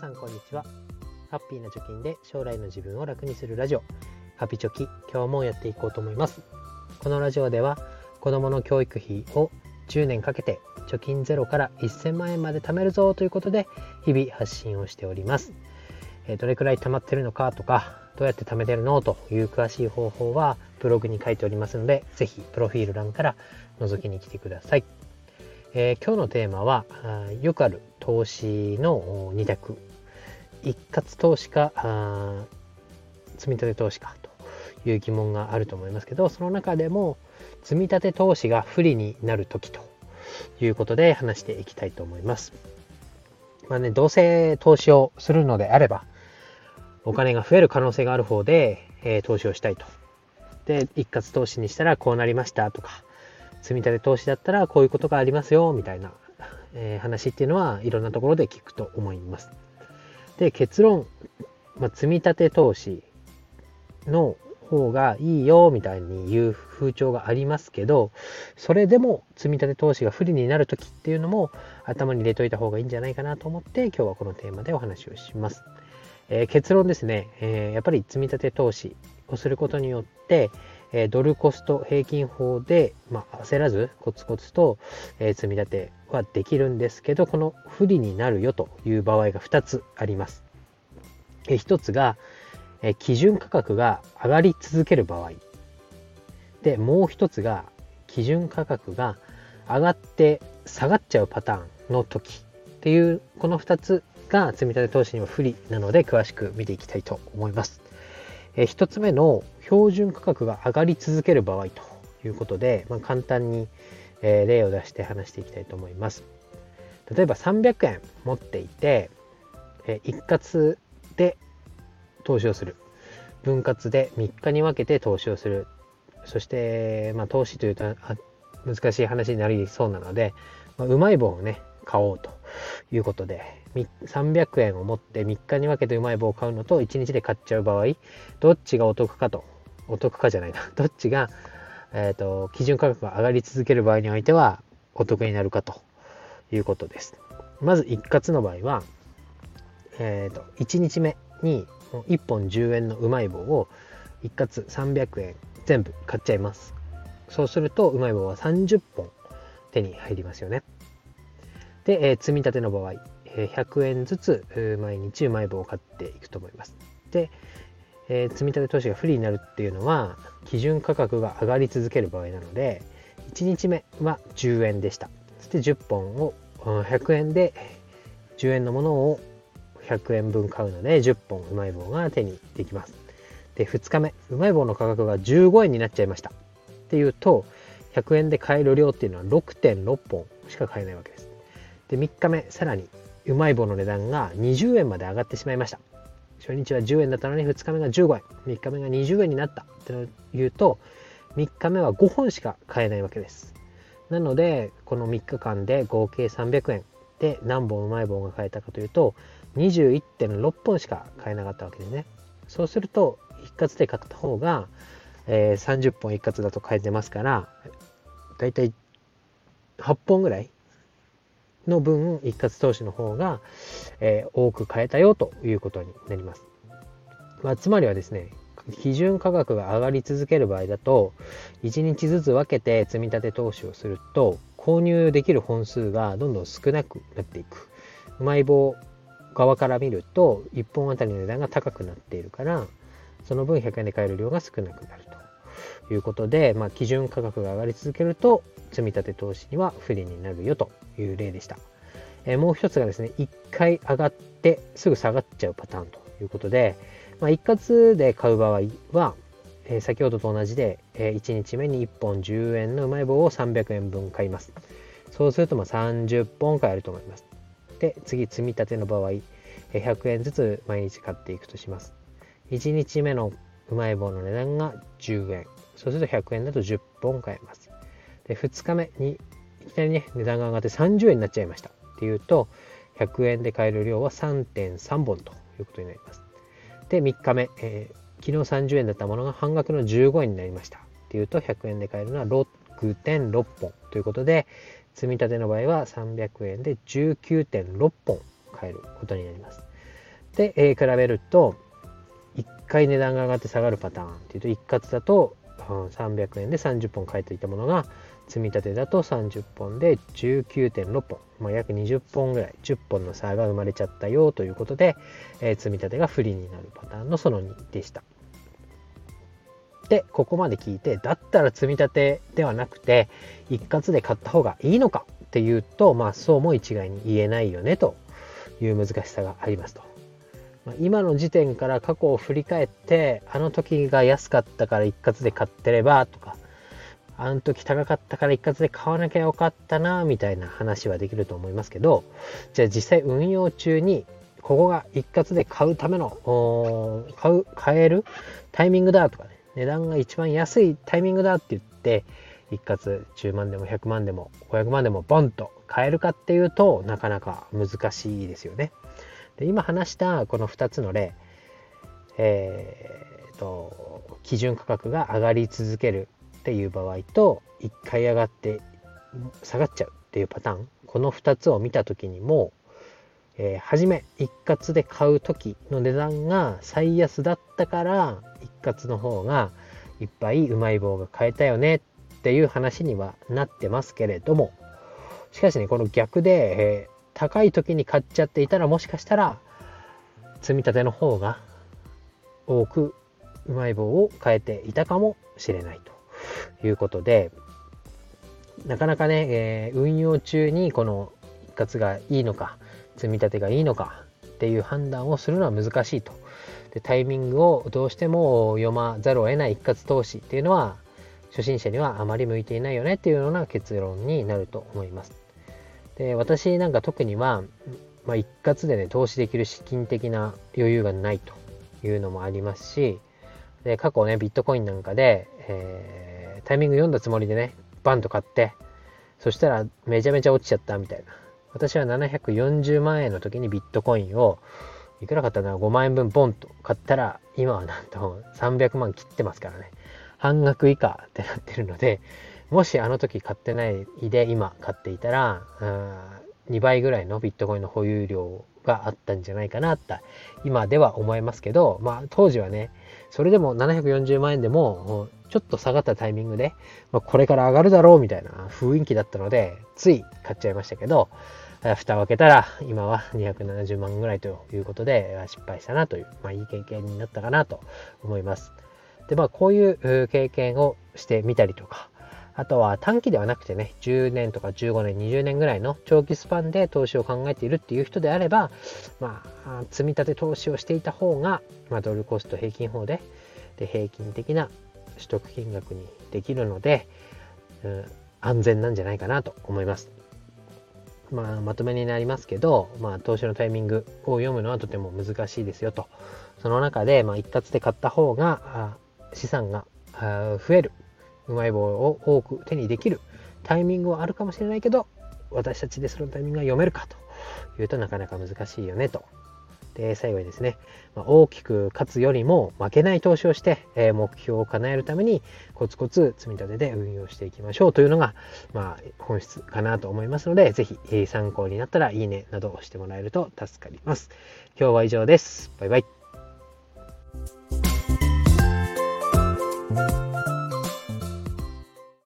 さんこんにちは。ハッピーな貯金で将来の自分を楽にするラジオ、ハピチョキ、今日もやっていこうと思います。このラジオでは子どもの教育費を10年かけて貯金ゼロから1000万円まで貯めるぞということで日々発信をしております。どれくらい貯まってるのかとか、どうやって貯めてるのという詳しい方法はブログに書いておりますので、ぜひプロフィール欄から覗きに来てください。今日のテーマはよくある投資の2択、一括投資か積み立て投資かという疑問があると思いますけど、その中でも積み立て投資が不利になる時ということで話していきたいと思います。どうせ投資をするのであればお金が増える可能性がある方で、投資をしたいと。で、一括投資にしたらこうなりましたとか、積み立て投資だったらこういうことがありますよみたいな、話っていうのはいろんなところで聞くと思います。で、結論、積み立て投資の方がいいよみたいに言う風潮がありますけど、それでも積み立て投資が不利になる時っていうのも頭に入れといた方がいいんじゃないかなと思って今日はこのテーマでお話をします。結論ですね、やっぱり積み立て投資をすることによってドルコスト平均法で、焦らずコツコツと、積み立てはできるんですけど、この不利になるよという場合が2つあります。1つが、基準価格が上がり続ける場合で、もう1つが基準価格が上がって下がっちゃうパターンの時っていう、この2つが積み立て投資には不利なので詳しく見ていきたいと思います。1つ目の標準価格が上がり続ける場合ということで、簡単に例を出して話していきたいと思います。例えば300円持っていて一括で投資をする、分割で3日に分けて投資をする、そして投資というと難しい話になりそうなので、うまい棒をね買おうということで300円を持って3日に分けてうまい棒を買うのと1日で買っちゃう場合、どっちがお得かじゃないなどっちが、基準価格が上がり続ける場合においてはお得になるかということです。まず一括の場合は、1日目に1本10円のうまい棒を一括300円全部買っちゃいます。そうするとうまい棒は30本手に入りますよね。で、積み立ての場合100円ずつ毎日うまい棒を買っていくと思います。で、積み立て投資が不利になるっていうのは基準価格が上がり続ける場合なので、1日目は10円でした。そして10本を100円で10円のものを100円分買うので10本うまい棒が手にできます。で、2日目うまい棒の価格が15円になっちゃいましたっていうと、100円で買える量っていうのは 6.6 本しか買えないわけです。で、3日目さらにうまい棒の値段が20円まで上がってしまいました。初日は10円だったのに2日目が15円、3日目が20円になったっていうと、3日目は5本しか買えないわけです。なのでこの3日間で合計300円で何本うまい棒が買えたかというと 21.6 本しか買えなかったわけですね。そうすると一括で買った方が、30本一括だと買えてますから、だいたい8本ぐらいの分一括投資の方が、多く買えたよということになります。つまりはですね、基準価格が上がり続ける場合だと1日ずつ分けて積み立て投資をすると購入できる本数がどんどん少なくなっていく。うまい棒側から見ると1本あたりの値段が高くなっているから、その分100円で買える量が少なくなるということで、基準価格が上がり続けると積み立て投資には不利になるよという例でした。もう一つがですね、1回上がってすぐ下がっちゃうパターンということで、一括で買う場合は、先ほどと同じで、1日目に1本10円のうまい棒を300円分買います。そうすると30本買えると思います。で、次積み立ての場合100円ずつ毎日買っていくとします。1日目のうまい棒の値段が10円、そうすると100円だと10本買えます。で、2日目にいきなりね値段が上がって30円になっちゃいましたっていうと、100円で買える量は 3.3 本ということになります。で、3日目、昨日30円だったものが半額の15円になりましたっていうと、100円で買えるのは 6.6 本ということで、積み立ての場合は300円で 19.6 本買えることになります。 で、比べると1回値段が上がって下がるパターンっていうと、一括だと300円で30本買えていたものが、積み立てだと30本で 19.6 本、約20本ぐらい、10本の差が生まれちゃったよということで、積み立てが不利になるパターンのその2でした。で、ここまで聞いて、だったら積み立てではなくて一括で買った方がいいのかっていうと、そうも一概に言えないよねという難しさがありますと。今の時点から過去を振り返って、あの時が安かったから一括で買ってればとか、あの時高かったから一括で買わなきゃよかったなみたいな話はできると思いますけど、じゃあ実際運用中にここが一括で買うための買えるタイミングだとかね、値段が一番安いタイミングだって言って一括10万でも100万でも500万でもボンと買えるかっていうと、なかなか難しいですよね。で、今話したこの2つの例、基準価格が上がり続けるっていう場合と、1回上がって下がっちゃうっていうパターン、この2つを見た時にも、初め一括で買う時の値段が最安だったから一括の方がいっぱいうまい棒が買えたよねっていう話にはなってますけれども、しかしね、この逆で、高い時に買っちゃっていたら、もしかしたら積み立ての方が多くうまい棒を買えていたかもしれないということで、なかなかね、運用中にこの一括がいいのか積み立てがいいのかっていう判断をするのは難しいと。で、タイミングをどうしても読まざるを得ない一括投資っていうのは初心者にはあまり向いていないよねっていうような結論になると思います。で、私なんか特には、一括でね投資できる資金的な余裕がないというのもありますし、で、過去ねビットコインなんかで、タイミング読んだつもりでねバンと買って、そしたらめちゃめちゃ落ちちゃったみたいな。私は740万円の時にビットコインをいくら買ったな、5万円分ボンと買ったら、今はなんと300万切ってますからね。半額以下ってなってるので、もしあの時買ってないで今買っていたら、2倍ぐらいのビットコインの保有量があったんじゃないかなって今では思いますけど、当時はね、それでも740万円でもちょっと下がったタイミングで、これから上がるだろうみたいな雰囲気だったので、つい買っちゃいましたけど、蓋を開けたら今は270万ぐらいということで失敗したなという、いい経験になったかなと思います。で、こういう経験をしてみたりとか、あとは短期ではなくてね、10年とか15年、20年ぐらいの長期スパンで投資を考えているっていう人であれば、積み立て投資をしていた方が、ドルコスト平均法で平均的な取得金額にできるので、安全なんじゃないかなと思います。まとめになりますけど、投資のタイミングを読むのはとても難しいですよと。その中で、一括で買った方が資産が増える、うまい棒を多く手にできるタイミングはあるかもしれないけど、私たちでそのタイミングが読めるかというとなかなか難しいよねと。で、最後にですね、大きく勝つよりも負けない投資をして、目標を叶えるためにコツコツ積み立てで運用していきましょうというのが、本質かなと思いますので、ぜひ参考になったらいいねなどをしてもらえると助かります。今日は以上です。バイバイ。